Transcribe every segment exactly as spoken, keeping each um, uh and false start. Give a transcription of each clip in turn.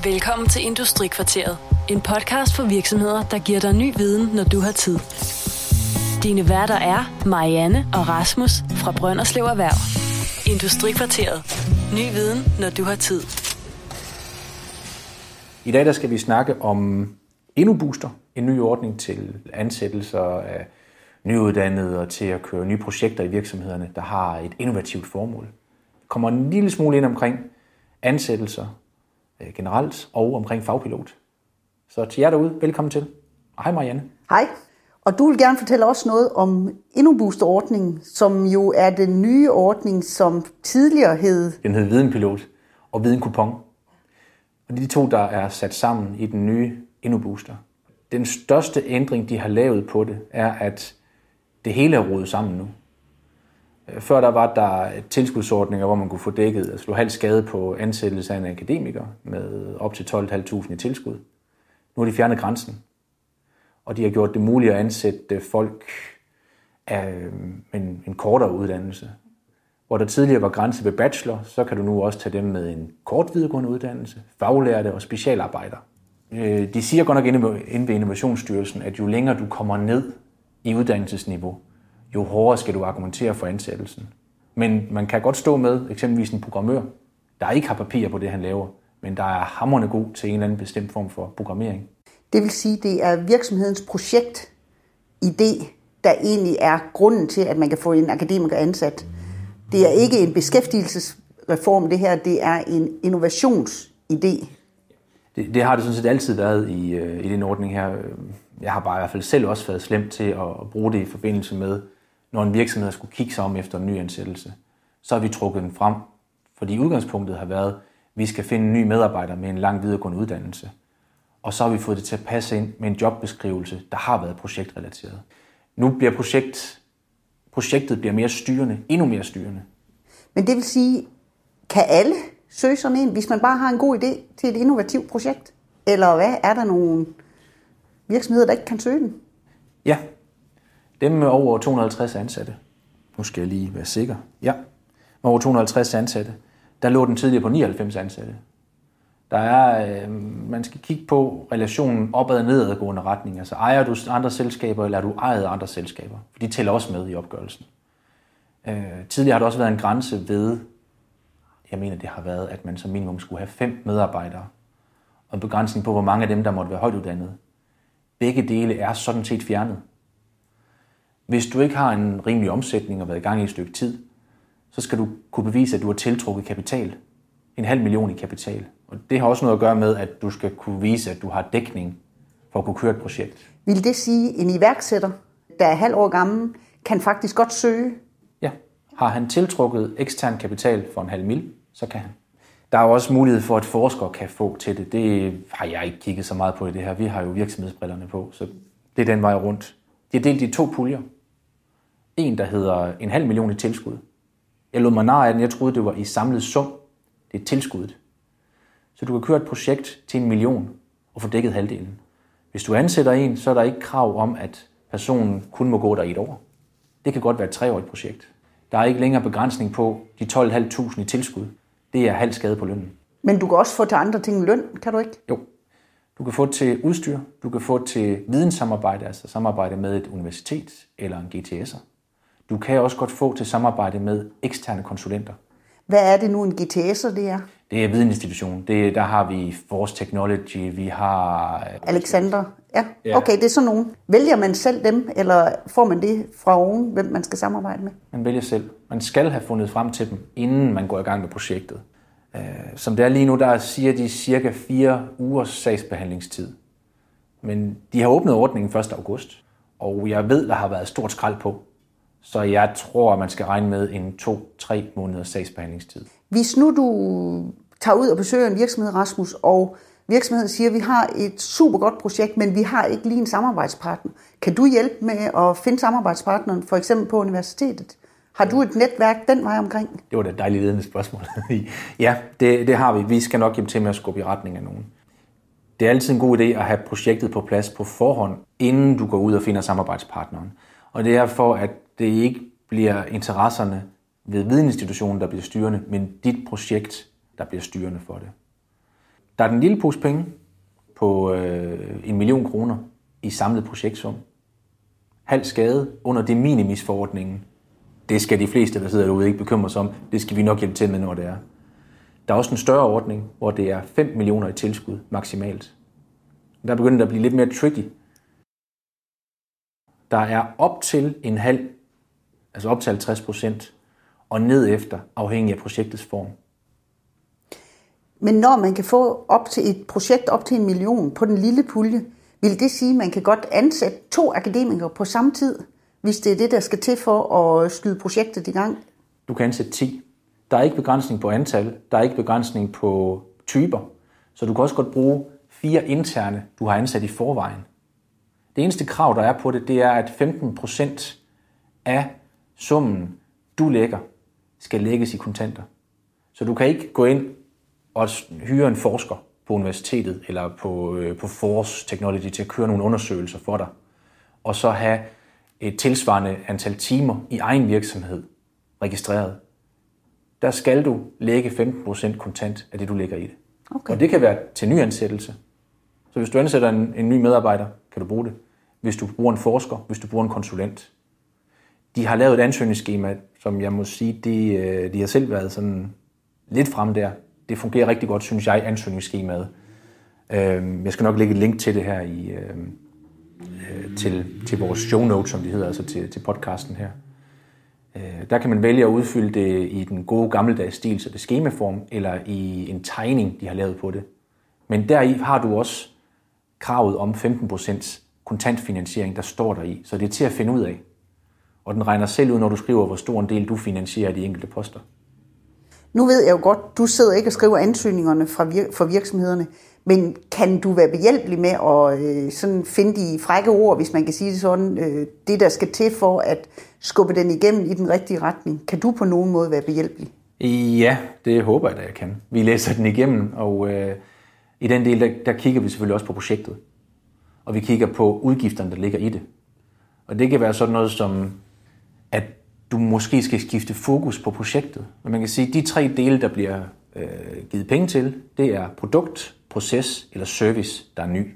Velkommen til Industrikvarteret. En podcast for virksomheder, der giver dig ny viden, når du har tid. Dine værter er Marianne og Rasmus fra Brønderslev Erhverv. Industrikvarteret. Ny viden, når du har tid. I dag der skal vi snakke om InnoBooster, en ny ordning til ansættelser af nyuddannede og til at køre nye projekter i virksomhederne, der har et innovativt formål. Vi kommer en lille smule ind omkring ansættelser generelt og omkring fagpilot. Så til jer derude, velkommen til. Og hej Marianne. Hej, og du vil gerne fortælle os noget om InnoBooster-ordningen, som jo er den nye ordning, som tidligere hed... Den hed Videnpilot og Videnkupon. Og det er de to, der er sat sammen i den nye InnoBooster. Den største ændring, de har lavet på det, er, at det hele er rodet sammen nu. Før der var der tilskudsordninger, hvor man kunne få dækket og slå halv skade på ansættelse af en akademiker med op til tolv tusind fem hundrede i tilskud. Nu har de fjernet grænsen, og de har gjort det muligt at ansætte folk af en, en kortere uddannelse. Hvor der tidligere var grænse ved bachelor, så kan du nu også tage dem med en kort videregående uddannelse, faglærte og specialarbejder. De siger godt nok inde ved Innovationsstyrelsen, at jo længere du kommer ned i uddannelsesniveau, jo hårdere skal du argumentere for ansættelsen. Men man kan godt stå med eksempelvis en programmør, der ikke har papir på det, han laver, men der er hamrende god til en eller anden bestemt form for programmering. Det vil sige, det er virksomhedens projektidé, der egentlig er grunden til, at man kan få en akademiker ansat. Det er ikke en beskæftigelsesreform, det her, det er en innovationsidé. Det, det har det sådan set altid været i, i den ordning her. Jeg har bare i hvert fald selv også været slemt til at bruge det i forbindelse med, når en virksomhed skulle kigge sig om efter en ny ansættelse. Så har vi trukket den frem, fordi udgangspunktet har været, at vi skal finde en ny medarbejder med en lang videregående uddannelse. Og så har vi fået det til at passe ind med en jobbeskrivelse, der har været projektrelateret. Nu bliver projekt, projektet bliver mere styrende, endnu mere styrende. Men det vil sige, kan alle søge sådan en, hvis man bare har en god idé til et innovativt projekt? Eller hvad, er der nogle virksomheder, der ikke kan søge den? Ja, dem med over to hundrede og halvtreds ansatte. Nu skal jeg lige være sikker. Ja, med over to hundrede og halvtreds ansatte. Der lå den tidligere på nioghalvfems ansatte. Der er, øh, man skal kigge på relationen opad og nedadgående retning. Altså ejer du andre selskaber, eller er du ejet andre selskaber? For de tæller også med i opgørelsen. Øh, tidligere har der også været en grænse ved, jeg mener det har været, at man som minimum skulle have fem medarbejdere. Og en begrænsning på, hvor mange af dem, der måtte være højt uddannede. Begge dele er sådan set fjernet. Hvis du ikke har en rimelig omsætning og været i gang i et stykke tid, så skal du kunne bevise, at du har tiltrukket kapital. En halv million i kapital. Og det har også noget at gøre med, at du skal kunne vise, at du har dækning for at kunne køre et projekt. Vil det sige, at en iværksætter, der er halv år gammel, kan faktisk godt søge? Ja. Har han tiltrukket ekstern kapital for en halv mil, så kan han. Der er også mulighed for, at forskere kan få til det. Det har jeg ikke kigget så meget på i det her. Vi har jo virksomhedsbrillerne på, så det er den vej rundt. De har delt i to puljer. En, der hedder en halv million i tilskud. Jeg lod mig nar af den. Jeg troede, det var i samlet sum. Det er tilskuddet. Så du kan køre et projekt til en million og få dækket halvdelen. Hvis du ansætter en, så er der ikke krav om, at personen kun må gå der i et år. Det kan godt være et treårigt projekt. Der er ikke længere begrænsning på de tolv tusind fem hundrede i tilskud. Det er halv skade på lønnen. Men du kan også få til andre ting løn, kan du ikke? Jo. Du kan få til udstyr, du kan få til videnssamarbejde, altså samarbejde med et universitet eller en G T S'er. Du kan også godt få til samarbejde med eksterne konsulenter. Hvad er det nu, en G T S'er det er? Det er vidensinstitution. Det, der har vi Force Technology, vi har... Alexander. Ja, okay, det er sådan nogen. Vælger man selv dem, eller får man det fra oven, hvem man skal samarbejde med? Man vælger selv. Man skal have fundet frem til dem, inden man går i gang med projektet. Som det er lige nu, der siger de cirka fire ugers sagsbehandlingstid. Men de har åbnet ordningen første august, og jeg ved, der har været stort skrald på. Så jeg tror, at man skal regne med en to-tre måneders sagsbehandlingstid. Hvis nu du tager ud og besøger en virksomhed, Rasmus, og virksomheden siger, at vi har et super godt projekt, men vi har ikke lige en samarbejdspartner. Kan du hjælpe med at finde samarbejdspartneren, for eksempel på universitetet? Har du et netværk den vej omkring? Det var da et dejligt ledende spørgsmål. Ja, det, det har vi. Vi skal nok hjælpe til med at skubbe i retning af nogen. Det er altid en god idé at have projektet på plads på forhånd, inden du går ud og finder samarbejdspartneren. Og det er for, at det ikke bliver interesserne ved vidensinstitutionen, der bliver styrende, men dit projekt, der bliver styrende for det. Der er den lille pose penge på øh, en million kroner i samlet projektsum. Halv skade under det minimisforordningen. Det skal de fleste, der sidder derude, ikke bekymre sig om. Det skal vi nok hjælpe til med, når det er. Der er også en større ordning, hvor det er fem millioner i tilskud maksimalt. Der begynder det at blive lidt mere tricky. Der er op til en halv, altså op til halvtreds procent, og ned efter, afhængig af projektets form. Men når man kan få op til et projekt op til en million på den lille pulje, vil det sige, at man kan godt ansætte to akademikere på samme tid, hvis det er det, der skal til for at skyde projektet i gang? Du kan ansætte ti. Der er ikke begrænsning på antal, der er ikke begrænsning på typer, så du kan også godt bruge fire interne, du har ansat i forvejen. Det eneste krav, der er på det, det er, at femten procent af summen, du lægger, skal lægges i kontanter. Så du kan ikke gå ind og hyre en forsker på universitetet eller på, øh, på Force Technology til at køre nogle undersøgelser for dig, og så have et tilsvarende antal timer i egen virksomhed registreret. Der skal du lægge femten procent kontant af det, du lægger i det. Okay. Og det kan være til nyansættelse. Så hvis du ansætter en, en ny medarbejder, kan du bruge det. Hvis du bruger en forsker, hvis du bruger en konsulent. De har lavet et ansøgningsskema, som jeg må sige, de, de har selv været sådan lidt frem der. Det fungerer rigtig godt, synes jeg, ansøgningsskemaet. Jeg skal nok lægge et link til det her i, til, til vores show notes, som det hedder, altså til, til podcasten her. Der kan man vælge at udfylde det i den gode gammeldags stil, så det er skemaform, eller i en tegning, de har lavet på det. Men deri har du også kravet om femten procent kontantfinansiering, der står der i, så det er til at finde ud af. Og den regner selv ud, når du skriver, hvor stor en del du finansierer de enkelte poster. Nu ved jeg jo godt, du sidder ikke og skriver ansøgningerne fra vir- for virksomhederne, men kan du være behjælpelig med at øh, sådan finde de frække ord, hvis man kan sige det sådan, øh, det der skal til for at skubbe den igennem i den rigtige retning? Kan du på nogen måde være behjælpelig? Ja, det håber jeg, at jeg kan. Vi læser den igennem, og øh, i den del, der, der kigger vi selvfølgelig også på projektet. Og vi kigger på udgifterne, der ligger i det. Og det kan være sådan noget som, at du måske skal skifte fokus på projektet. Men man kan sige, at de tre dele, der bliver øh, givet penge til, det er produkt, proces eller service, der er ny.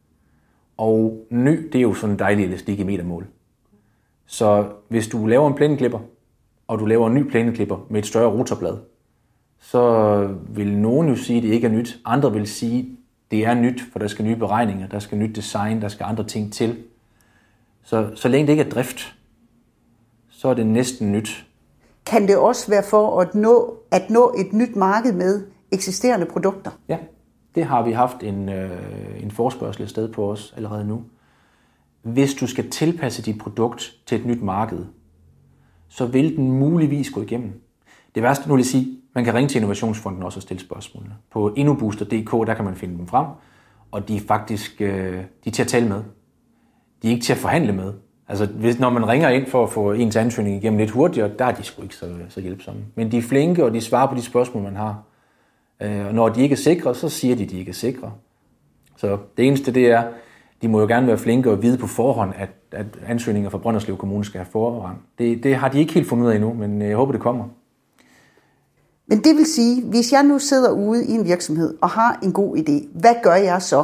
Og ny, det er jo sådan en dejlig elastik i metermål. Så hvis du laver en plæneklipper, og du laver en ny plæneklipper med et større rotorblad, så vil nogen jo sige, at det ikke er nyt. Andre vil sige, at det er nyt, for der skal nye beregninger, der skal nyt design, der skal andre ting til. Så, så længe det ikke er drift, så er det næsten nyt. Kan det også være for at nå, at nå et nyt marked med eksisterende produkter? Ja, det har vi haft en, øh, en forespørgsel sted på os allerede nu. Hvis du skal tilpasse dit produkt til et nyt marked, så vil den muligvis gå igennem. Det værste, nu vil jeg sige, man kan ringe til Innovationsfonden også og stille spørgsmålene. På innobooster punktum d k, der kan man finde dem frem, og de er faktisk øh, de er til at tale med. De er ikke til at forhandle med. Altså, hvis, når man ringer ind for at få ens ansøgning igennem lidt hurtigere, der er de sgu ikke så, så hjælpsomme. Men de er flinke, og de svarer på de spørgsmål, man har. Øh, og når de ikke er sikre, så siger de, at de ikke er sikre. Så det eneste, det er, de må jo gerne være flinke og vide på forhånd, at, at ansøgninger fra Brønderslev Kommune skal have forrang. Det, det har de ikke helt fundet ud af endnu, men jeg håber, det kommer. Men det vil sige, hvis jeg nu sidder ude i en virksomhed og har en god idé, hvad gør jeg så?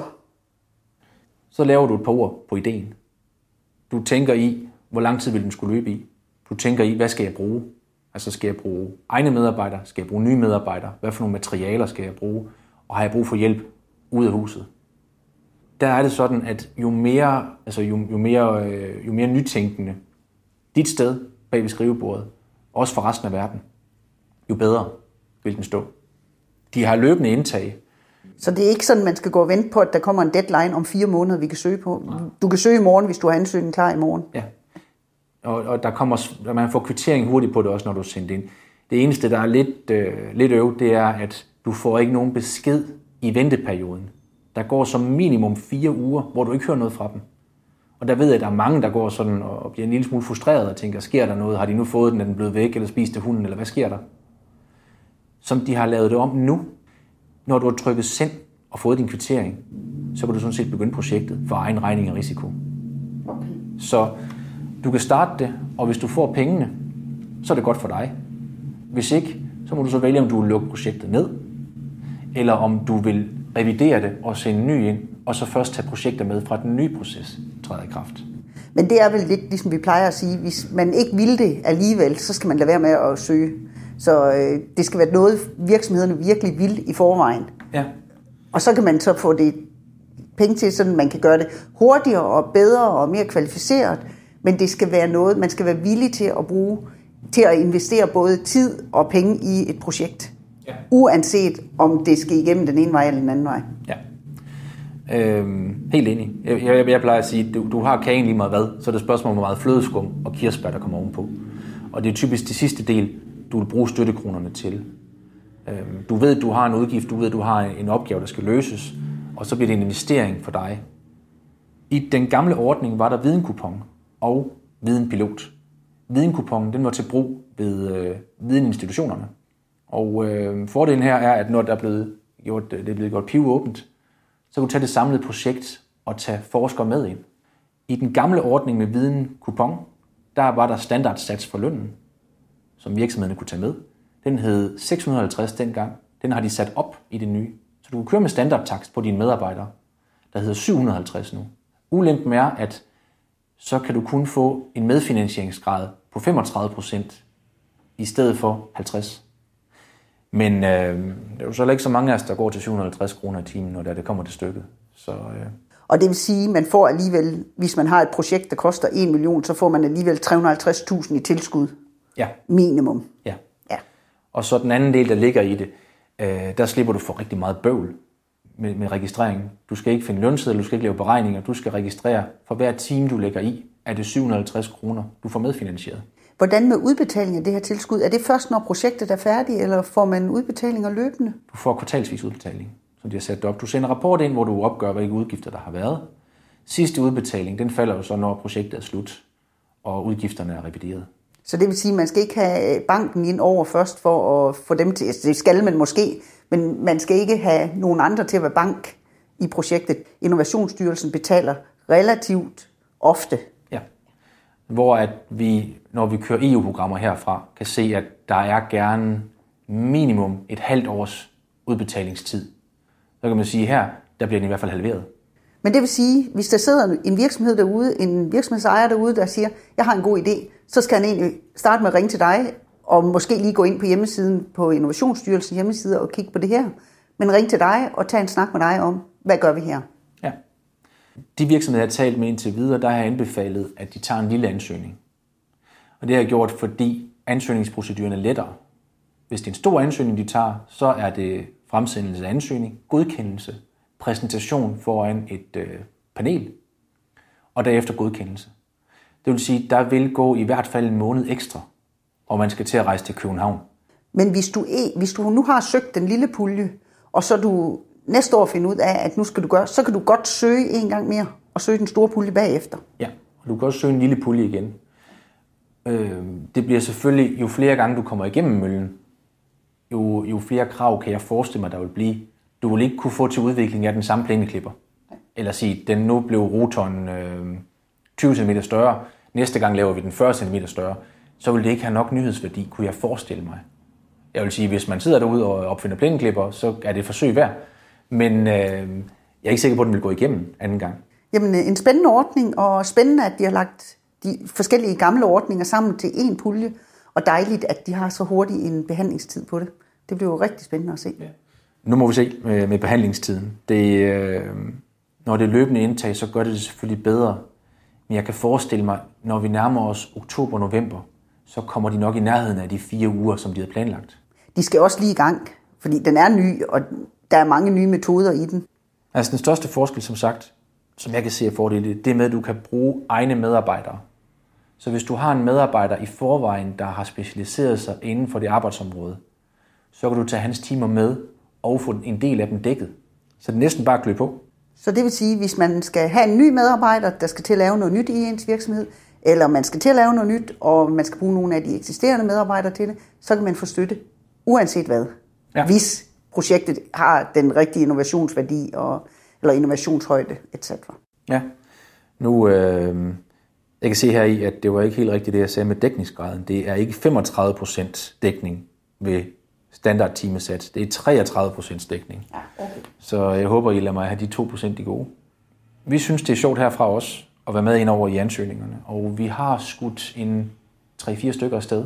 Så laver du et par ord på ideen. Du tænker i, hvor lang tid vil den skulle løbe i. Du tænker i, hvad skal jeg bruge? Altså skal jeg bruge egne medarbejdere? Skal jeg bruge nye medarbejdere? Hvad for nogle materialer skal jeg bruge? Og har jeg brug for hjælp ud af huset? Der er det sådan, at jo mere, altså jo, jo mere, jo mere nytænkende dit sted bag ved skrivebordet, også for resten af verden, jo bedre vil den stå. De har løbende indtag. Så det er ikke sådan, man skal gå og vente på, at der kommer en deadline om fire måneder, vi kan søge på. Nej. Du kan søge i morgen, hvis du har ansøgningen klar i morgen. Ja, og, og der kommer, man får kvittering hurtigt på det også, når du sender ind. Det eneste, der er lidt, øh, lidt øv, det er, at du får ikke nogen besked i venteperioden. Der går som minimum fire uger, hvor du ikke hører noget fra dem. Og der ved jeg, at der er mange, der går sådan og bliver en lille smule frustreret og tænker, sker der noget? Har de nu fået den? Er den blevet væk? Eller spist det hunden? Eller hvad sker der? Som de har lavet det om nu. Når du har trykket send og fået din kvittering, så kan du sådan set begynde projektet for egen regning og risiko. Okay. Så du kan starte det, og hvis du får pengene, så er det godt for dig. Hvis ikke, så må du så vælge, om du vil lukke projektet ned, eller om du vil revidere det og se en ny ind, og så først tage projekter med fra den nye proces træder i kraft. Men det er vel lidt ligesom vi plejer at sige, hvis man ikke vil det alligevel, så skal man lade være med at søge. Så øh, det skal være noget, virksomhederne virkelig vil i forvejen. Ja. Og så kan man så få det penge til, så man kan gøre det hurtigere og bedre og mere kvalificeret. Men det skal være noget, man skal være villig til at bruge, til at investere både tid og penge i et projekt. Ja. Uanset om det skal igennem den ene vej eller den anden vej. Ja. Øhm, helt enig. Jeg, jeg, jeg plejer at sige, du, du har kagen lige meget hvad, så er det spørgsmål om hvor meget flødeskum og kirsebær, der kommer ovenpå. Og det er typisk det sidste del, du vil bruge støttekronerne til. Øhm, du ved, du har en udgift, du ved, du har en opgave, der skal løses, og så bliver det en investering for dig. I den gamle ordning var der videnkupon og videnpilot. Videnkuponen, den var til brug ved øh, videninstitutionerne. Og øh, fordelen her er, at når der er blevet gjort, det er blevet gjort pivåbent, så kan du tage det samlede projekt og tage forskere med ind. I den gamle ordning med videnkupon, der var der standardsats for lønnen, som virksomhederne kunne tage med. Den hed seks hundrede og halvtreds dengang. Den har de sat op i det nye. Så du kan køre med standardtakst på dine medarbejdere, der hedder syv hundrede og halvtreds nu. Ulempen er, at så kan du kun få en medfinansieringsgrad på femogtredive procent i stedet for halvtreds. Men øh, det er jo så ikke så mange af os, der går til syv hundrede og halvtreds kroner i timen, når det kommer til stykket. Så, øh. Og det vil sige, at man får alligevel, hvis man har et projekt, der koster en million, så får man alligevel tre hundrede og halvtreds tusind i tilskud. Ja. Minimum. Ja. Ja. Og så den anden del, der ligger i det, øh, der slipper du for rigtig meget bøvl med, med registreringen. Du skal ikke finde lønsedler, du skal ikke lave beregninger, du skal registrere for hver time, du lægger i, er det syv hundrede og halvtreds kroner, du får medfinansieret. Hvordan med udbetaling af det her tilskud? Er det først, når projektet er færdigt, eller får man udbetalinger løbende? Du får kvartalsvis udbetaling, som de har sat op. Du sender rapport ind, hvor du opgør, hvilke udgifter der har været. Sidste udbetaling, den falder jo så, når projektet er slut, og udgifterne er revideret. Så det vil sige, at man skal ikke have banken ind over først for at få dem til, det skal man måske, men man skal ikke have nogen andre til at være bank i projektet. Innovationsstyrelsen betaler relativt ofte. Ja, hvor at vi, når vi kører E U-programmer herfra, kan se, at der er gerne minimum et halvt års udbetalingstid. Så kan man sige, at her der bliver den i hvert fald halveret. Men det vil sige, hvis der sidder en virksomhed derude, en virksomhedsejer derude, der siger, jeg har en god idé, så skal han egentlig starte med at ringe til dig, og måske lige gå ind på hjemmesiden, på Innovationsstyrelsens hjemmeside og kigge på det her. Men ring til dig og tage en snak med dig om, hvad gør vi her? Ja. De virksomheder, jeg har talt med indtil videre, der har jeg anbefalet, at de tager en lille ansøgning. Og det har jeg gjort, fordi ansøgningsproceduren er lettere. Hvis det er en stor ansøgning, de tager, så er det fremsendelse af ansøgning, godkendelse, præsentation foran et øh, panel, og derefter godkendelse. Det vil sige, der vil gå i hvert fald en måned ekstra, og man skal til at rejse til København. Men hvis du, er, hvis du nu har søgt den lille pulje, og så du næste år finder ud af, at nu skal du gøre, så kan du godt søge en gang mere, og søge den store pulje bagefter. Ja, og du kan også søge en lille pulje igen. Øh, det bliver selvfølgelig, jo flere gange du kommer igennem møllen, jo, jo flere krav kan jeg forestille mig, der vil blive. Du vil ikke kunne få til udvikling af den samme plæneklipper. Eller sige, den nu blev rotoren øh, tyve centimeter større, næste gang laver vi den fyrre centimeter større, så vil det ikke have nok nyhedsværdi, kunne jeg forestille mig. Jeg vil sige, hvis man sidder derude og opfinder plæneklipper, så er det et forsøg værd. Men øh, jeg er ikke sikker på, at den vil gå igennem anden gang. Jamen, en spændende ordning, og spændende, at de har lagt de forskellige gamle ordninger sammen til én pulje, og dejligt, at de har så hurtig en behandlingstid på det. Det bliver jo rigtig spændende at se. Ja. Nu må vi se med, med behandlingstiden. Det, øh, når det er løbende indtag, så gør det det selvfølgelig bedre. Men jeg kan forestille mig, når vi nærmer os oktober-november, så kommer de nok i nærheden af de fire uger, som de havde planlagt. De skal også lige i gang, fordi den er ny, og der er mange nye metoder i den. Altså den største forskel, som sagt, som jeg kan se af fordele, det er med, at du kan bruge egne medarbejdere. Så hvis du har en medarbejder i forvejen, der har specialiseret sig inden for det arbejdsområde, så kan du tage hans timer med og få en del af dem dækket. Så det er næsten bare at klø på. Så det vil sige, hvis man skal have en ny medarbejder, der skal til at lave noget nyt i ens virksomhed, eller man skal til at lave noget nyt, og man skal bruge nogle af de eksisterende medarbejdere til det, så kan man få støtte, uanset hvad. Ja. Hvis projektet har den rigtige innovationsværdi, og, eller innovationshøjde, et cetera. Ja, nu øh, jeg kan se her i, at det var ikke helt rigtigt det, jeg sagde med dækningsgraden. Det er ikke femogtredive procent dækning ved standardtimesats. Det er treogtredive procent dækning. Ja, okay. Så jeg håber, I lader mig have de to procent i gode. Vi synes, det er sjovt herfra også at være med ind over i ansøgningerne. Og vi har skudt en tre fire stykker afsted.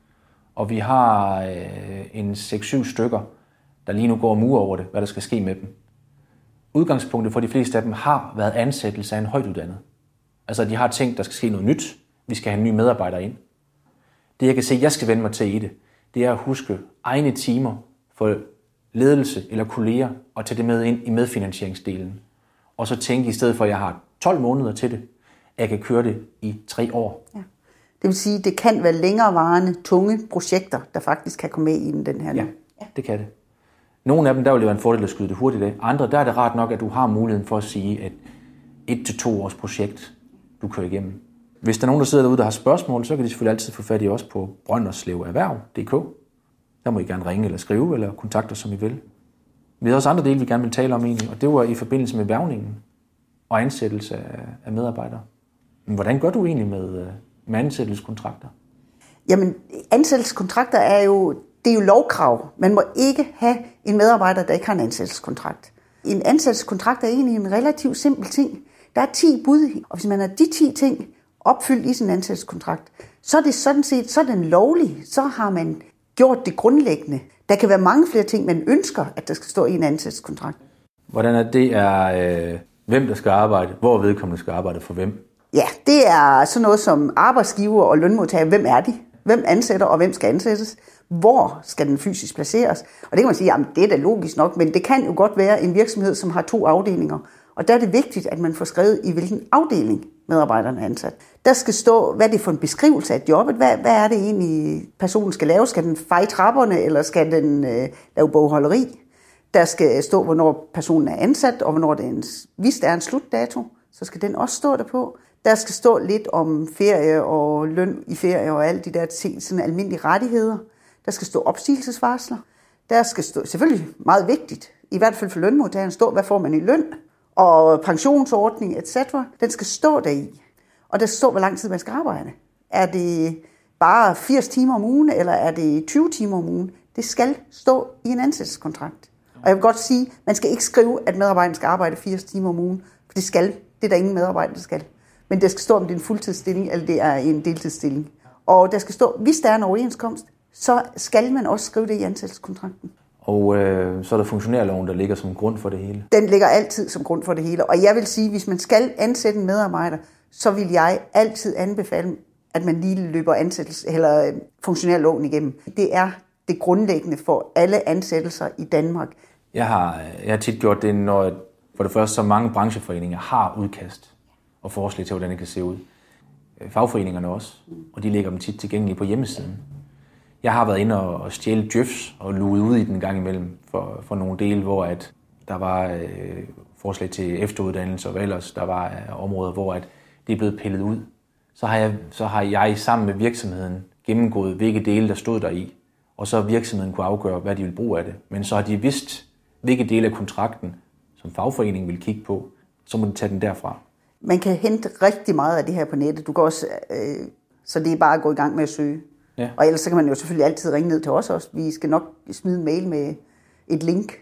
Og vi har øh, en seks syv stykker, der lige nu går mur over det, hvad der skal ske med dem. Udgangspunktet for de fleste af dem har været ansættelse af en højtuddannet. Altså, de har tænkt, der skal ske noget nyt. Vi skal have nye medarbejdere ind. Det, jeg kan se, jeg skal vende mig til i det, det er at huske egne timer for ledelse eller kolleger og tage det med ind i medfinansieringsdelen. Og så tænke, i stedet for, at jeg har tolv måneder til det, at jeg kan køre det i tre år. Ja. Det vil sige, at det kan være længerevarende, tunge projekter, der faktisk kan komme med i den her. Ja, det kan det. Nogle af dem, der vil det være en fordel at skyde det hurtigt af. Andre, der er det rart nok, at du har muligheden for at sige, at et til to års projekt, du kører igennem. Hvis der er nogen, der sidder derude, der har spørgsmål, så kan de selvfølgelig altid få fat i os på brønderslevererhverv punktum d k. Der må I gerne ringe eller skrive, eller kontakte os, som I vil. Vi har også andre dele, vi gerne vil tale om egentlig, og det var i forbindelse med hvervningen og ansættelse af medarbejdere. Men hvordan gør du egentlig med, med ansættelseskontrakter? Jamen, ansættelseskontrakter er jo, det er jo lovkrav. Man må ikke have en medarbejder, der ikke har en ansættelseskontrakt. En ansættelseskontrakt er egentlig en relativt simpel ting. Der er ti bud, og hvis man har de ti ting opfyldt i sin ansættelseskontrakt, så er det sådan set, så er den lovlig, så har man gjort det grundlæggende. Der kan være mange flere ting, man ønsker, at der skal stå i en ansættelseskontrakt. Hvordan er det, er, øh, hvem der skal arbejde, hvor vedkommende skal arbejde for hvem? Ja, det er sådan noget som arbejdsgiver og lønmodtager. Hvem er de? Hvem ansætter, og hvem skal ansættes? Hvor skal den fysisk placeres? Og det kan man sige, jamen det er da logisk nok, men det kan jo godt være en virksomhed, som har to afdelinger. Og der er det vigtigt, at man får skrevet, i hvilken afdeling medarbejderne er ansat. Der skal stå, hvad det er for en beskrivelse af jobbet. Hvad, hvad er det egentlig, personen skal lave? Skal den feje trapperne, eller skal den øh, lave bogholderi? Der skal stå, hvornår personen er ansat, og hvornår det er en, hvis der er en slutdato, så skal den også stå der på. Der skal stå lidt om ferie og løn i ferie og alle de der ting, sådan almindelige rettigheder. Der skal stå opsigelsesvarsler. Der skal stå, selvfølgelig meget vigtigt, i hvert fald for lønmodtageren, stå, hvad får man i løn, og pensionsordning, et cetera. Den skal stå deri. Og der skal stå, hvor lang tid man skal arbejde. Er det bare firs timer om ugen, eller er det tyve timer om ugen? Det skal stå i en ansættelseskontrakt. Og jeg vil godt sige, man skal ikke skrive, at medarbejderen skal arbejde firs timer om ugen, for det skal. Det er der ingen medarbejder, der skal. Men der skal stå, om det er en fuldtidsstilling, eller det er en deltidsstilling. Og der skal stå, hvis der er en overenskomst, så skal man også skrive det i ansættelseskontrakten. Og øh, så er der funktionærloven, der ligger som grund for det hele. Den ligger altid som grund for det hele. Og jeg vil sige, hvis man skal ansætte en medarbejder, så vil jeg altid anbefale, at man lige løber ansættelse eller funktionærloven igennem. Det er det grundlæggende for alle ansættelser i Danmark. Jeg har, jeg har tit gjort det, når for det første så mange brancheforeninger har udkast og forslag til, hvordan det kan se ud. Fagforeningerne også, og de lægger dem tit tilgængelige på hjemmesiden. Jeg har været inde og stjæle djøfs og luet ud i den gang imellem for, for nogle dele, hvor at der var øh, forslag til efteruddannelse og ellers der var øh, områder, hvor at det er blevet pillet ud. Så har, jeg, så har jeg sammen med virksomheden gennemgået, hvilke dele der stod der i, og så har virksomheden kunne afgøre, hvad de vil bruge af det. Men så har de vidst, hvilke dele af kontrakten, som fagforeningen vil kigge på, så må de tage den derfra. Man kan hente rigtig meget af det her på nettet. Du kan også, øh, så det er bare at gå i gang med at søge. Ja. Og ellers så kan man jo selvfølgelig altid ringe ned til os også. Vi skal nok smide en mail med et link.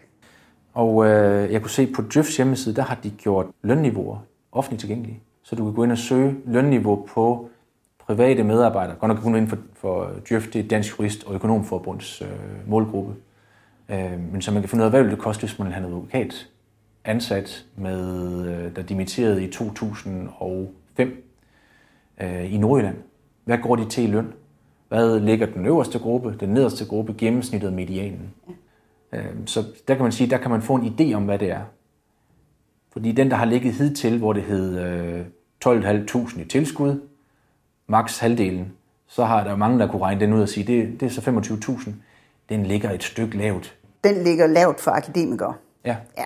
Og øh, jeg kunne se på Djøfs hjemmeside, der har de gjort lønniveauer offentligt tilgængelige. Så du kan gå ind og søge lønniveau på private medarbejdere. Godt nok kun inden for, for Djøf, det er Dansk Jurist og Økonomforbunds øh, målgruppe. Øh, men så man kan finde ud af, hvad vil det koste, hvis man har en advokat ansat, med, øh, der dimitterede i to tusind og fem øh, i Nordjylland. Hvad går de til i løn? Hvad ligger den øverste gruppe, den nederste gruppe, gennemsnittet og medianen? Ja. Så der kan man sige, der kan man få en idé om, hvad det er. Fordi den, der har ligget hidtil, hvor det hed tolv tusind fem hundrede i tilskud, maks halvdelen, så har der mange, der kunne regne den ud og sige, det, det er så femogtyve tusind. Den ligger et stykke lavt. Den ligger lavt for akademikere. Ja. Ja.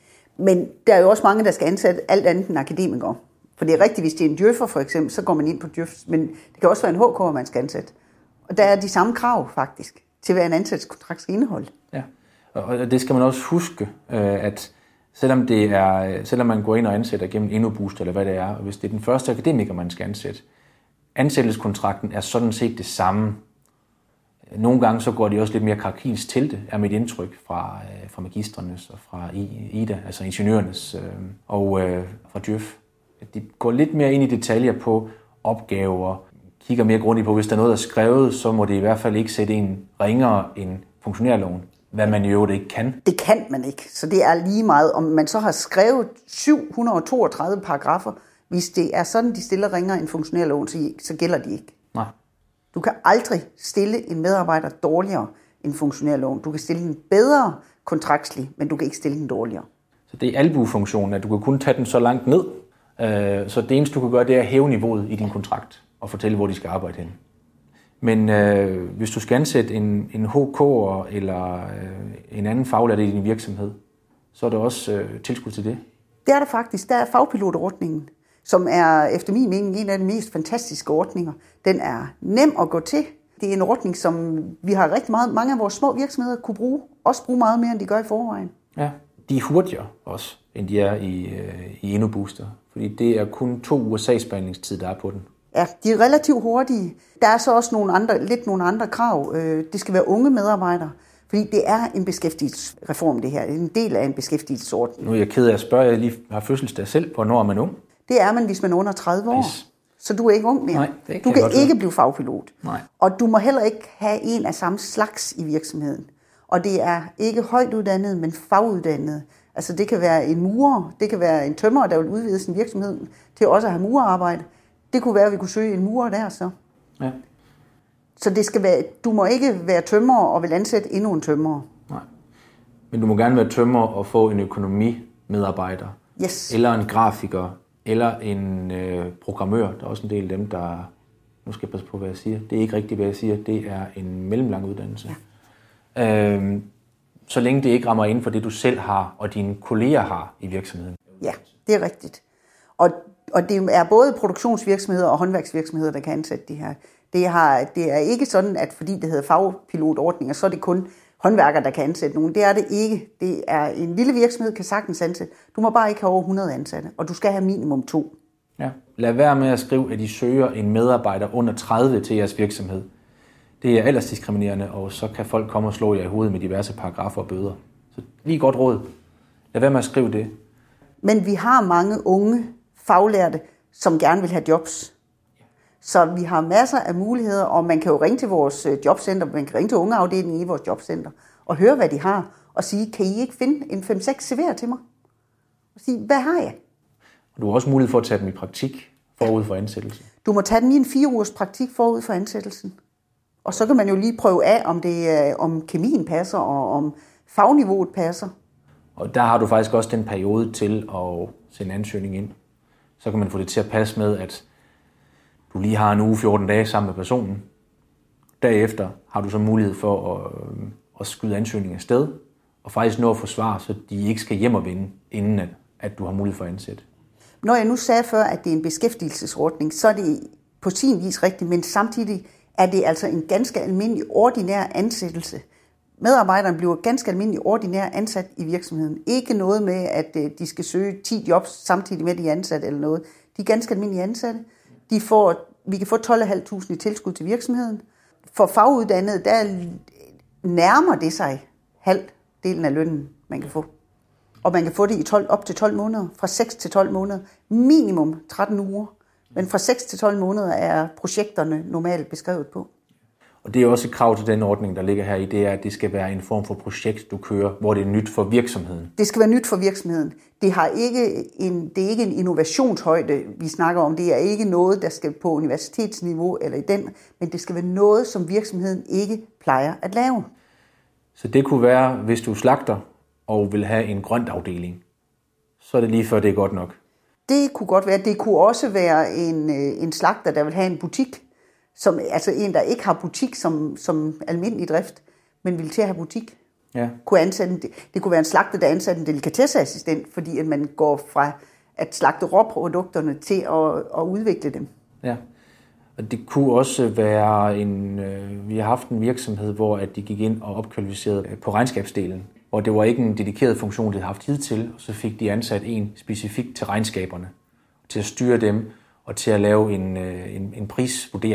Men der er jo også mange, der skal ansætte alt andet end akademikere. For det er rigtigt, hvis det er en djøffer for eksempel, så går man ind på djøf, men det kan også være en H K'er, man skal ansætte. Og der er de samme krav faktisk, til hvad en ansættelseskontrakt skal indeholde. Ja, og det skal man også huske, at selvom, det er, selvom man går ind og ansætter gennem InnoBoost, eller hvad det er, og hvis det er den første akademiker, man skal ansætte, ansættelseskontrakten er sådan set det samme. Nogle gange så går de også lidt mere krakilsk til det, er mit indtryk fra, øh, fra magistrenes og fra I D A, altså ingeniørernes, øh, og øh, fra Djøf. De går lidt mere ind i detaljer på opgaver, kigger mere grundigt på, hvis der er noget, der er skrevet, så må det i hvert fald ikke sætte en ringere end funktionærloven, hvad man i øvrigt ikke kan. Det kan man ikke, så det er lige meget, om man så har skrevet syv hundrede og toogtredive paragrafer. Hvis det er sådan, de stiller ringere end funktionærloven, så, så gælder de ikke. Nej. Du kan aldrig stille en medarbejder dårligere end funktionærloven. Du kan stille den bedre kontraktslig, men du kan ikke stille den dårligere. Så det er albuefunktionen, at du kan kun tage den så langt ned. Så det eneste, du kan gøre, det er at hæve niveauet i din kontrakt og fortælle, hvor de skal arbejde hen. Men øh, hvis du skal ansætte en, en H K'er eller øh, en anden faglært i din virksomhed, så er der også øh, tilskud til det. Det er der faktisk. Der er fagpilotordningen, som er efter min mening en af de mest fantastiske ordninger. Den er nem at gå til. Det er en ordning, som vi har rigtig meget, mange af vores små virksomheder kunne bruge. Også bruge meget mere, end de gør i forvejen. Ja, de er hurtigere også, end de er i, øh, i InnoBooster. Fordi det er kun to uger sagsbehandlingstid, der er på den. Ja, de er relativt hurtige. Der er så også nogle andre, lidt nogle andre krav. Det skal være unge medarbejdere, fordi det er en beskæftigelsesreform, det her. Det er en del af en beskæftigelsesordning. Nu er jeg ked af at spørge, jeg lige har fødselsdag selv. Hvornår er man ung? Det er man, hvis man er under tredive år. Yes. Så du er ikke ung mere. Nej, det kan du kan ikke være. blive fagpilot. Nej. Og du må heller ikke have en af samme slags i virksomheden. Og det er ikke højt uddannet, men faguddannet. Altså det kan være en murer, det kan være en tømrer, der vil udvide sin virksomhed til også at have murerarbejde. Det kunne være, at vi kunne søge en murer der så. Ja. Så det skal være, du må ikke være tømrer og vil ansætte endnu en tømrer. Nej. Men du må gerne være tømrer og få en økonomimedarbejder. Yes. Eller en grafiker. Eller en øh, programmør. Der er også en del af dem, der... Nu skal jeg passe på, hvad jeg siger. Det er ikke rigtigt, hvad jeg siger. Det er en mellemlang uddannelse. Ja. Øhm, så længe det ikke rammer inden for det, du selv har, og dine kolleger har i virksomheden. Ja, det er rigtigt. Og, og det er både produktionsvirksomheder og håndværksvirksomheder, der kan ansætte de her. Det, har, det er ikke sådan, at fordi det hedder fagpilotordninger, så er det kun håndværkere, der kan ansætte nogen. Det er det ikke. Det er en lille virksomhed, kan sagtens ansætte. Du må bare ikke have over hundrede ansatte, og du skal have minimum to. Ja. Lad være med at skrive, at I søger en medarbejder under tredive til jeres virksomhed. Det er aldersdiskriminerende, og så kan folk komme og slå jer i hovedet med diverse paragrafer og bøder. Så lige godt råd. Lad være med at skrive det. Men vi har mange unge faglærte, som gerne vil have jobs. Så vi har masser af muligheder, og man kan jo ringe til vores jobcenter, man kan ringe til ungeafdelingen i vores jobcenter, og høre, hvad de har, og sige, kan I ikke finde en fem seks C V'er til mig? Og sige, hvad har jeg? Og du har også mulighed for at tage dem i praktik forud for ansættelsen. Du må tage dem i en fire ugers praktik forud for ansættelsen. Og så kan man jo lige prøve af, om, det, om kemien passer, og om fagniveauet passer. Og der har du faktisk også den periode til at sende ansøgning ind. Så kan man få det til at passe med, at du lige har en uge, fjorten dage sammen med personen. Derefter har du så mulighed for at, at skyde ansøgningen afsted, og faktisk nå at få svar, så de ikke skal hjem og vende, inden at, at du har mulighed for at ansætte. Når jeg nu sagde før, at det er en beskæftigelsesordning, så er det på sin vis rigtigt, men samtidig er det altså en ganske almindelig ordinær ansættelse. Medarbejderne bliver ganske almindelig ordinær ansat i virksomheden. Ikke noget med, at de skal søge ti jobs samtidig med, at de er ansat eller noget. De er ganske almindelige ansatte. De får, vi kan få tolv tusind fem hundrede i tilskud til virksomheden. For faguddannede, der nærmer det sig halvdelen af lønnen, man kan få. Og man kan få det i tolv, op til tolv måneder, fra seks til tolv måneder, minimum tretten uger. Men fra seks til tolv måneder er projekterne normalt beskrevet på. Og det er også et krav til den ordning, der ligger her i, det er, at det skal være en form for projekt, du kører, hvor det er nyt for virksomheden. Det skal være nyt for virksomheden. Det, har ikke en, det er ikke en innovationshøjde, vi snakker om. Det er ikke noget, der skal på universitetsniveau eller i den, men det skal være noget, som virksomheden ikke plejer at lave. Så det kunne være, hvis du slagter og vil have en grønt afdeling, så er det lige før, det er godt nok. Det kunne godt være. Det kunne også være en, en slagter, der vil have en butik, som, altså en, der ikke har butik som, som almindelig drift, men vil til at have butik. Ja. Kunne ansætte, det kunne være en slagter, der ansætter en delikatesseassistent, fordi at man går fra at slagte råprodukterne til at, at udvikle dem. Ja, og det kunne også være en... Øh, vi har haft en virksomhed, hvor at de gik ind og opkvalificerede på regnskabsdelen, hvor det var ikke en dedikeret funktion, de havde haft hidtil, og så fik de ansat en specifikt til regnskaberne, til at styre dem og til at lave en, en, en prisvurdering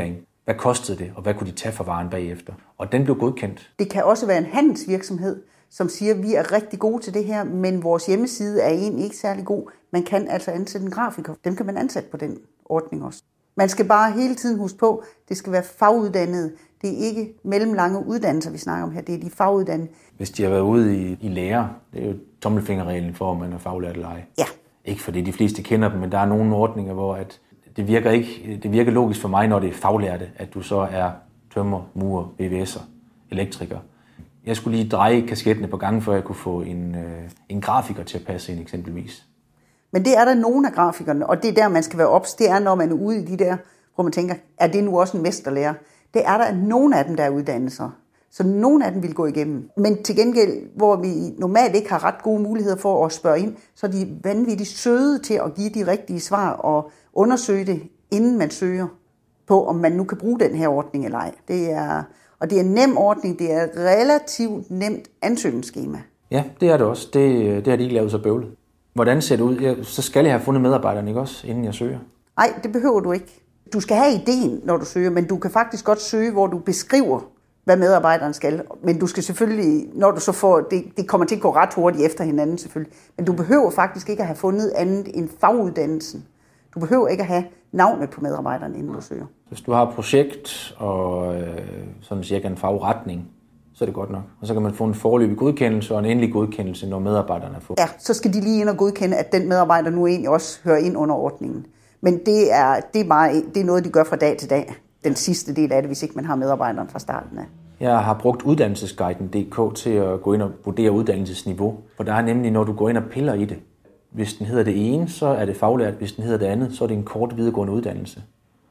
hvad kostede det, og hvad kunne de tage for varen bagefter. Og den blev godkendt. Det kan også være en handelsvirksomhed, som siger, at vi er rigtig gode til det her, men vores hjemmeside er egentlig ikke særlig god. Man kan altså ansætte en grafiker. Dem kan man ansætte på den ordning også. Man skal bare hele tiden huske på, at det skal være faguddannede. Det er ikke mellemlange uddannelser, vi snakker om her. Det er de faguddannede. Hvis de har været ude i, i lære, det er jo tommelfingerreglen for, om man er faglært eller ej. Ja. Ikke fordi de fleste kender dem, men der er nogle ordninger, hvor at det, virker ikke, det virker logisk for mig, når det er faglærte, at du så er tømrer, murer, B V S'er, elektriker. Jeg skulle lige dreje kasketten et par gange, før jeg kunne få en, øh, en grafiker til at passe ind eksempelvis. Men det er der nogle af grafikerne, og det er der, man skal være ops. Det er, når man er ude i de der, hvor man tænker, er det nu også en mesterlærer? Det er der nogle af dem, der er uddannelser. Så nogle af dem vil gå igennem. Men til gengæld, hvor vi normalt ikke har ret gode muligheder for at spørge ind, så er de vanvittigt søde til at give de rigtige svar og undersøge det, inden man søger på, om man nu kan bruge den her ordning eller ej. Det er, og det er en nem ordning, det er et relativt nemt ansøgningsskema. Ja, det er det også. Det, det har de ikke lavet så bøvlet. Hvordan ser det ud? Jeg, så skal jeg have fundet medarbejderne, ikke også, inden jeg søger? Nej, det behøver du ikke. Du skal have ideen, når du søger, men du kan faktisk godt søge, hvor du beskriver, hvad medarbejderen skal. Men du skal selvfølgelig, når du så får, det, det kommer til at gå ret hurtigt efter hinanden selvfølgelig, men du behøver faktisk ikke at have fundet andet end faguddannelsen. Du behøver ikke at have navnet på medarbejderne, inden du søger. Hvis du har et projekt og øh, sådan cirka en fagretning, så er det godt nok. Og så kan man få en foreløbig godkendelse og en endelig godkendelse, når medarbejderne er fået. Ja, så skal de lige ind og godkende, at den medarbejder nu egentlig også hører ind under ordningen. Men det er, det er, bare, det er noget, de gør fra dag til dag. Den sidste del af det, hvis ikke man har medarbejderen fra starten af. Jeg har brugt uddannelsesguiden punktum d k til at gå ind og vurdere uddannelsesniveau. For der er nemlig, når du går ind og piller i det. Hvis den hedder det ene, så er det faglært. Hvis den hedder det andet, så er det en kort videregående uddannelse.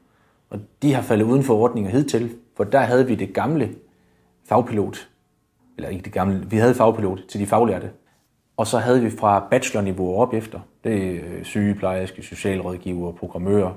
Og de har faldet uden for ordninger hidtil, for der havde vi det gamle fagpilot. Eller ikke det gamle, vi havde fagpilot til de faglærte. Og så havde vi fra bachelorniveau op efter. Det er sygeplejerske, socialrådgiver, programmører,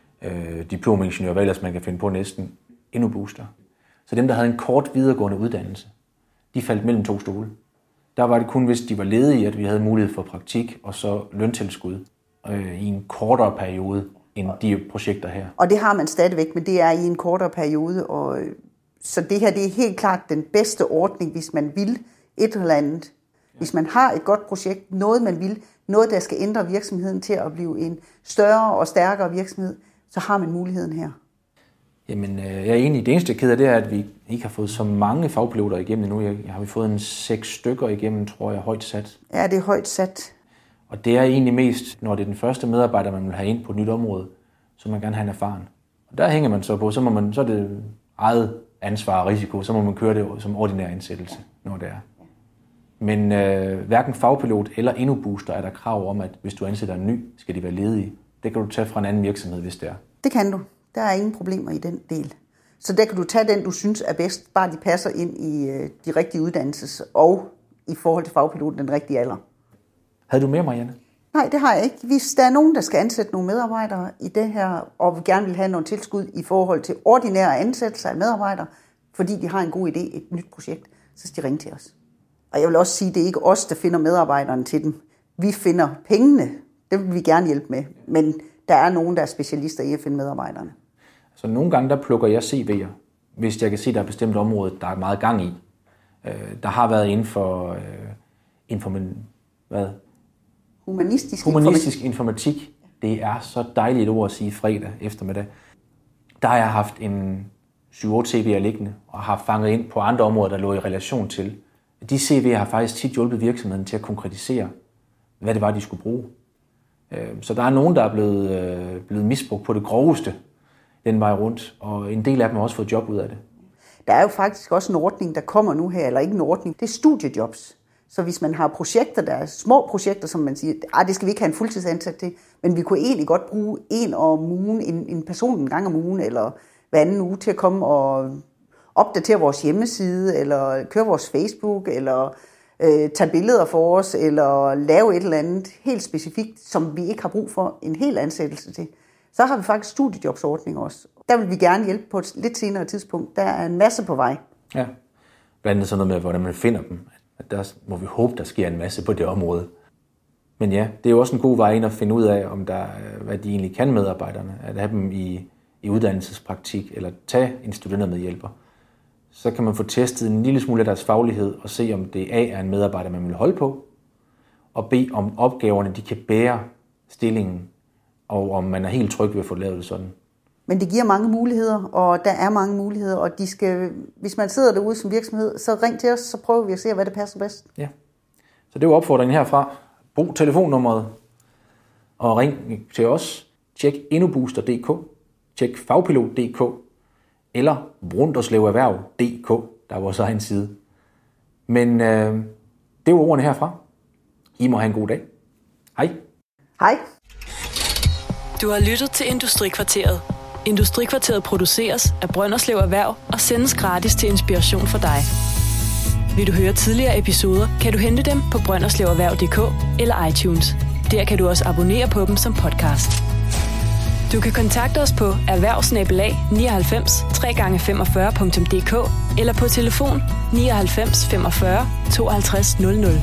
øh, diplomingeniør, hvad ellers man kan finde på næsten, endnu booster. Så dem, der havde en kort videregående uddannelse, de faldt mellem to stole. Der var det kun, hvis de var ledige, at vi havde mulighed for praktik og så løntilskud øh, i en kortere periode end de projekter her. Og det har man stadigvæk, men det er i en kortere periode. Og, så det her det er helt klart den bedste ordning, hvis man vil et eller andet. Hvis man har et godt projekt, noget man vil, noget der skal ændre virksomheden til at blive en større og stærkere virksomhed, så har man muligheden her. Jamen, jeg er enig. Det eneste, jeg keder, det er, at vi ikke har fået så mange fagpiloter igennem endnu. Jeg har vi fået en seks stykker igennem, tror jeg, højt sat. Ja, det er højt sat. Og det er egentlig mest, når det er den første medarbejder, man vil have ind på et nyt område, så man gerne have en erfaren. Og der hænger man så på, så, må man, så er det eget ansvar og risiko, så må man køre det som ordinær ansættelse, når det er. Men øh, hverken fagpilot eller endnu-booster er der krav om, at hvis du ansætter en ny, skal de være ledige. Det kan du tage fra en anden virksomhed, hvis det er. Det kan du. Der er ingen problemer i den del. Så der kan du tage den, du synes er bedst, bare de passer ind i øh, de rigtige uddannelses- og i forhold til fagpiloten den rigtige alder. Havde du mere, Marianne? Nej, det har jeg ikke. Hvis der er nogen, der skal ansætte nogle medarbejdere i det her, og vi gerne vil have nogle tilskud i forhold til ordinære ansættelser af medarbejdere, fordi de har en god idé, et nyt projekt, så skal de ringe til os. Og jeg vil også sige, at det er ikke os, der finder medarbejderne til dem. Vi finder pengene. Det vil vi gerne hjælpe med. Men der er nogen, der er specialister i at finde medarbejderne. Så nogle gange, der plukker jeg C V'er, hvis jeg kan se, at der er et bestemt område, der er meget gang i. Der har været inden for, inden for hvad? Humanistisk, Humanistisk informatik. informatik. Det er så dejligt et ord at sige fredag eftermiddag. Der har jeg haft en syv otte C V'er liggende, og har fanget ind på andre områder, der lå i relation til. De C V'er har faktisk tit hjulpet virksomheden til at konkretisere, hvad det var, de skulle bruge. Så der er nogen, der er blevet, blevet misbrugt på det groveste den vej rundt, og en del af dem har også fået job ud af det. Der er jo faktisk også en ordning, der kommer nu her, eller ikke en ordning, det er studiejobs. Så hvis man har projekter, der er små projekter, som man siger, ah, det skal vi ikke have en fuldtidsansat til, men vi kunne egentlig godt bruge en om ugen, en, en person en gang om ugen, eller hver anden uge til at komme og opdatere vores hjemmeside, eller køre vores Facebook, eller øh, tage billeder for os, eller lave et eller andet helt specifikt, som vi ikke har brug for en hel ansættelse til. Så har vi faktisk studiejobsordning også. Der vil vi gerne hjælpe på et lidt senere tidspunkt. Der er en masse på vej. Ja, blandt andet sådan noget med, hvordan man finder dem. At der må vi håbe, der sker en masse på det område. Men ja, det er jo også en god vej ind at finde ud af, om der, hvad de egentlig kan medarbejderne. At have dem i, i uddannelsespraktik, eller tage en studentermedhjælper, så kan man få testet en lille smule af deres faglighed, og se om det A er en medarbejder, man vil holde på, og B om opgaverne de kan bære stillingen, og om man er helt tryg ved at få lavet det sådan. Men det giver mange muligheder, og der er mange muligheder, og de skal, hvis man sidder derude som virksomhed, så ring til os, så prøver vi at se, hvad der passer bedst. Ja, så det var opfordringen herfra. Brug telefonnummeret og ring til os. Tjek endobooster punktum d k, tjek fagpilot punktum d k eller brunderslevererhverv punktum d k, der er vores egen side. Men øh, det var ordene herfra. I må have en god dag. Hej. Hej. Du har lyttet til Industrikvarteret. Industrikvarteret produceres af Brønderslev Erhverv og sendes gratis til inspiration for dig. Vil du høre tidligere episoder, kan du hente dem på brønderslevererhverv punktum d k eller iTunes. Der kan du også abonnere på dem som podcast. Du kan kontakte os på erhvervsnabelag nioghalvfems tre gange femogfyrre punktum d k eller på telefon nioghalvfems femogfyrre tooghalvtreds nul nul.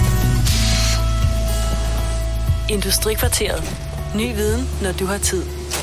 Industrikvarteret. Ny viden, når du har tid.